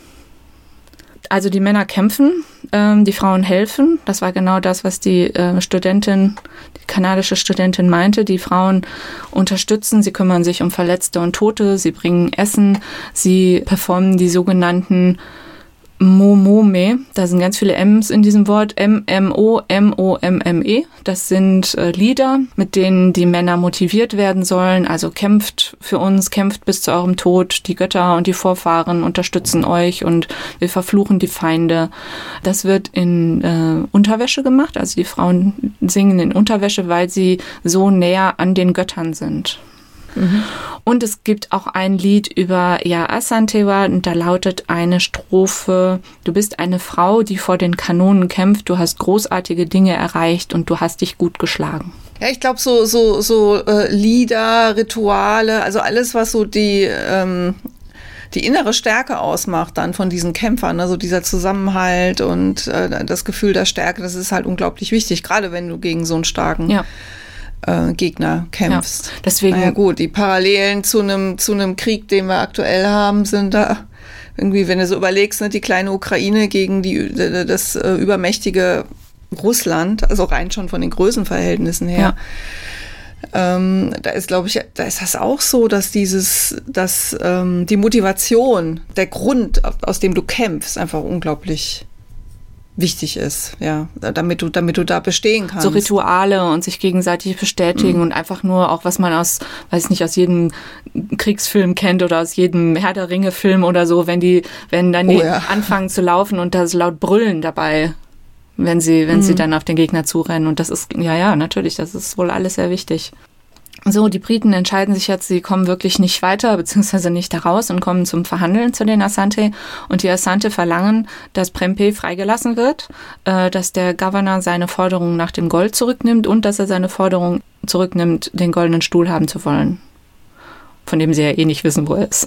Also die Männer kämpfen, ähm, die Frauen helfen. Das war genau das, was die äh, Studentin, die kanadische Studentin meinte. Die Frauen unterstützen, sie kümmern sich um Verletzte und Tote, sie bringen Essen, sie performen die sogenannten Momome, da sind ganz viele M's in diesem Wort, M M O M O M M E. Das sind äh, Lieder, mit denen die Männer motiviert werden sollen. Also kämpft für uns, kämpft bis zu eurem Tod. Die Götter und die Vorfahren unterstützen euch und wir verfluchen die Feinde. Das wird in äh, Unterwäsche gemacht. Also die Frauen singen in Unterwäsche, weil sie so näher an den Göttern sind. Mhm. Und es gibt auch ein Lied über ja, Asantewaa, und da lautet eine Strophe: Du bist eine Frau, die vor den Kanonen kämpft, du hast großartige Dinge erreicht und du hast dich gut geschlagen. Ja, ich glaube, so, so, so äh, Lieder, Rituale, also alles, was so die, ähm, die innere Stärke ausmacht dann von diesen Kämpfern, also dieser Zusammenhalt und äh, das Gefühl der Stärke, das ist halt unglaublich wichtig, gerade wenn du gegen so einen starken ja. Gegner kämpfst. Ja, deswegen. Na ja, gut, die Parallelen zu einem zu einem Krieg, den wir aktuell haben, sind da irgendwie, wenn du so überlegst, ne, die kleine Ukraine gegen die das äh, übermächtige Russland, also rein schon von den Größenverhältnissen her. Ja. Ähm, da ist, glaube ich, da ist das auch so, dass dieses, dass ähm, die Motivation, der Grund, aus dem du kämpfst, einfach unglaublich wichtig ist, ja, damit du, damit du da bestehen kannst. So Rituale und sich gegenseitig bestätigen mhm. und einfach nur auch, was man aus, weiß nicht, aus jedem Kriegsfilm kennt oder aus jedem Herr der Ringe-Film oder so, wenn die, wenn dann die oh, ja. anfangen zu laufen und da so laut brüllen dabei, wenn sie, wenn mhm. sie dann auf den Gegner zurennen. Und das ist, ja, ja, natürlich, das ist wohl alles sehr wichtig. So, die Briten entscheiden sich jetzt, sie kommen wirklich nicht weiter, beziehungsweise nicht da raus und kommen zum Verhandeln zu den Asante. Und die Asante verlangen, dass Prempeh freigelassen wird, äh, dass der Governor seine Forderung nach dem Gold zurücknimmt und dass er seine Forderung zurücknimmt, den goldenen Stuhl haben zu wollen. Von dem sie ja eh nicht wissen, wo er ist.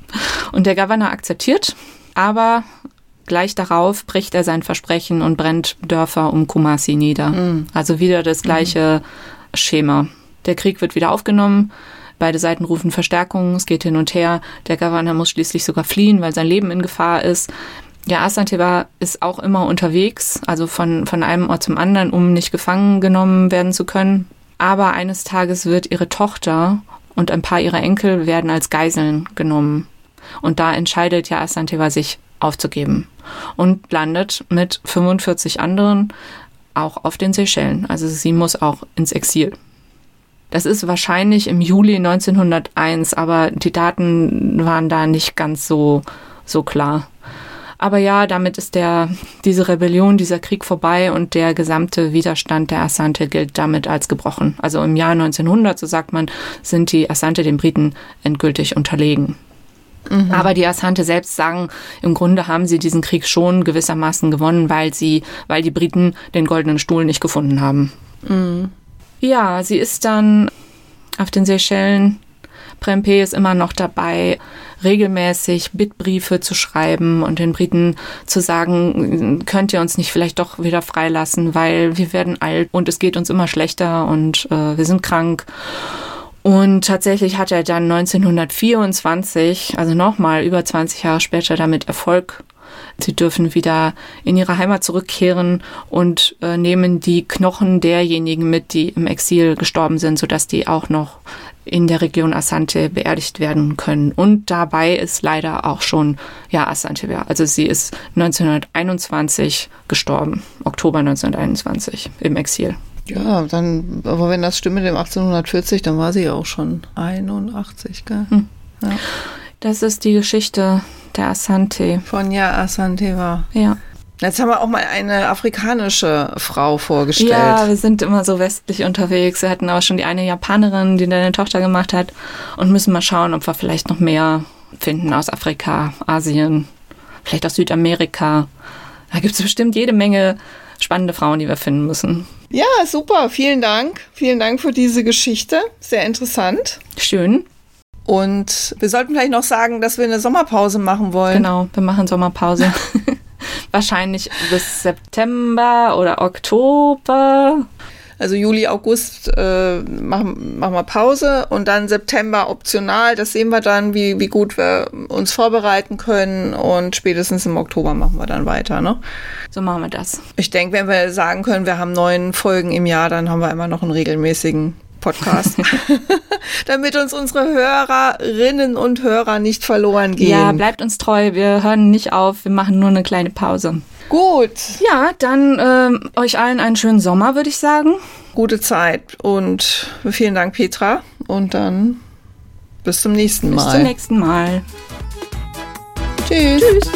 Und der Governor akzeptiert, aber gleich darauf bricht er sein Versprechen und brennt Dörfer um Kumasi nieder. Mhm. Also wieder das gleiche mhm. Schema. Der Krieg wird wieder aufgenommen, beide Seiten rufen Verstärkung, es geht hin und her. Der Governor muss schließlich sogar fliehen, weil sein Leben in Gefahr ist. Der Asante ist auch immer unterwegs, also von, von einem Ort zum anderen, um nicht gefangen genommen werden zu können. Aber eines Tages wird ihre Tochter und ein paar ihrer Enkel werden als Geiseln genommen. Und da entscheidet ja Asante sich aufzugeben und landet mit fünfundvierzig anderen auch auf den Seychellen. Also sie muss auch ins Exil. Das ist wahrscheinlich im Juli neunzehnhunderteins, aber die Daten waren da nicht ganz so, so klar. Aber ja, damit ist der, diese Rebellion, dieser Krieg vorbei und der gesamte Widerstand der Asante gilt damit als gebrochen. Also im Jahr neunzehnhundert, so sagt man, sind die Asante den Briten endgültig unterlegen. Mhm. Aber die Asante selbst sagen, im Grunde haben sie diesen Krieg schon gewissermaßen gewonnen, weil sie, weil die Briten den goldenen Stuhl nicht gefunden haben. Mhm. Ja, sie ist dann auf den Seychellen. Prempeh ist immer noch dabei, regelmäßig Bittbriefe zu schreiben und den Briten zu sagen, könnt ihr uns nicht vielleicht doch wieder freilassen, weil wir werden alt und es geht uns immer schlechter und äh, wir sind krank. Und tatsächlich hat er dann neunzehnhundertvierundzwanzig, also nochmal über zwanzig Jahre später, damit Erfolg. Sie dürfen wieder in ihre Heimat zurückkehren und äh, nehmen die Knochen derjenigen mit, die im Exil gestorben sind, sodass die auch noch in der Region Asante beerdigt werden können. Und dabei ist leider auch schon, ja, Asante, also sie ist neunzehnhunderteinundzwanzig gestorben, Oktober neunzehnhunderteinundzwanzig im Exil. Ja, dann, aber wenn das stimmt mit dem achtzehnhundertvierzig, dann war sie ja auch schon einundachtzig, gell? Hm. Ja. Das ist die Geschichte der Asante. Von ja Asante war. Ja. Jetzt haben wir auch mal eine afrikanische Frau vorgestellt. Ja, wir sind immer so westlich unterwegs. Wir hatten aber schon die eine Japanerin, die deine Tochter gemacht hat. Und müssen mal schauen, ob wir vielleicht noch mehr finden aus Afrika, Asien, vielleicht aus Südamerika. Da gibt es bestimmt jede Menge spannende Frauen, die wir finden müssen. Ja, super. Vielen Dank. Vielen Dank für diese Geschichte. Sehr interessant. Schön. Und wir sollten vielleicht noch sagen, dass wir eine Sommerpause machen wollen. Genau, wir machen Sommerpause. Wahrscheinlich bis September oder Oktober. Also Juli, August äh, machen, machen wir Pause und dann September optional. Das sehen wir dann, wie, wie gut wir uns vorbereiten können. Und spätestens im Oktober machen wir dann weiter, ne? So machen wir das. Ich denke, wenn wir sagen können, wir haben neun Folgen im Jahr, dann haben wir immer noch einen regelmäßigen Podcast, damit uns unsere Hörerinnen und Hörer nicht verloren gehen. Ja, bleibt uns treu, wir hören nicht auf, wir machen nur eine kleine Pause. Gut. Ja, dann ähm, euch allen einen schönen Sommer, würde ich sagen. Gute Zeit und vielen Dank, Petra. Und dann bis zum nächsten Mal. Bis zum nächsten Mal. Tschüss. Tschüss.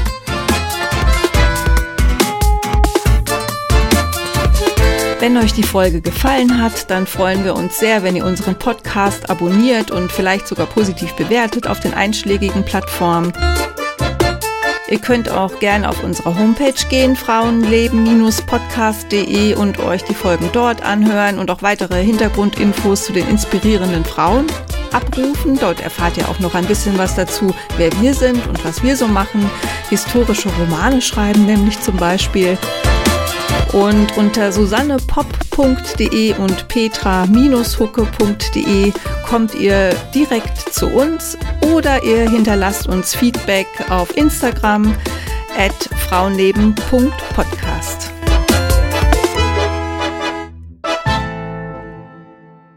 Wenn euch die Folge gefallen hat, dann freuen wir uns sehr, wenn ihr unseren Podcast abonniert und vielleicht sogar positiv bewertet auf den einschlägigen Plattformen. Ihr könnt auch gerne auf unsere Homepage gehen, frauenleben Bindestrich podcast punkt de, und euch die Folgen dort anhören und auch weitere Hintergrundinfos zu den inspirierenden Frauen abrufen. Dort erfahrt ihr auch noch ein bisschen was dazu, wer wir sind und was wir so machen. Historische Romane schreiben nämlich zum Beispiel. Und unter susanne pop punkt de und petra hucke punkt de kommt ihr direkt zu uns oder ihr hinterlasst uns Feedback auf Instagram at frauenleben punkt podcast.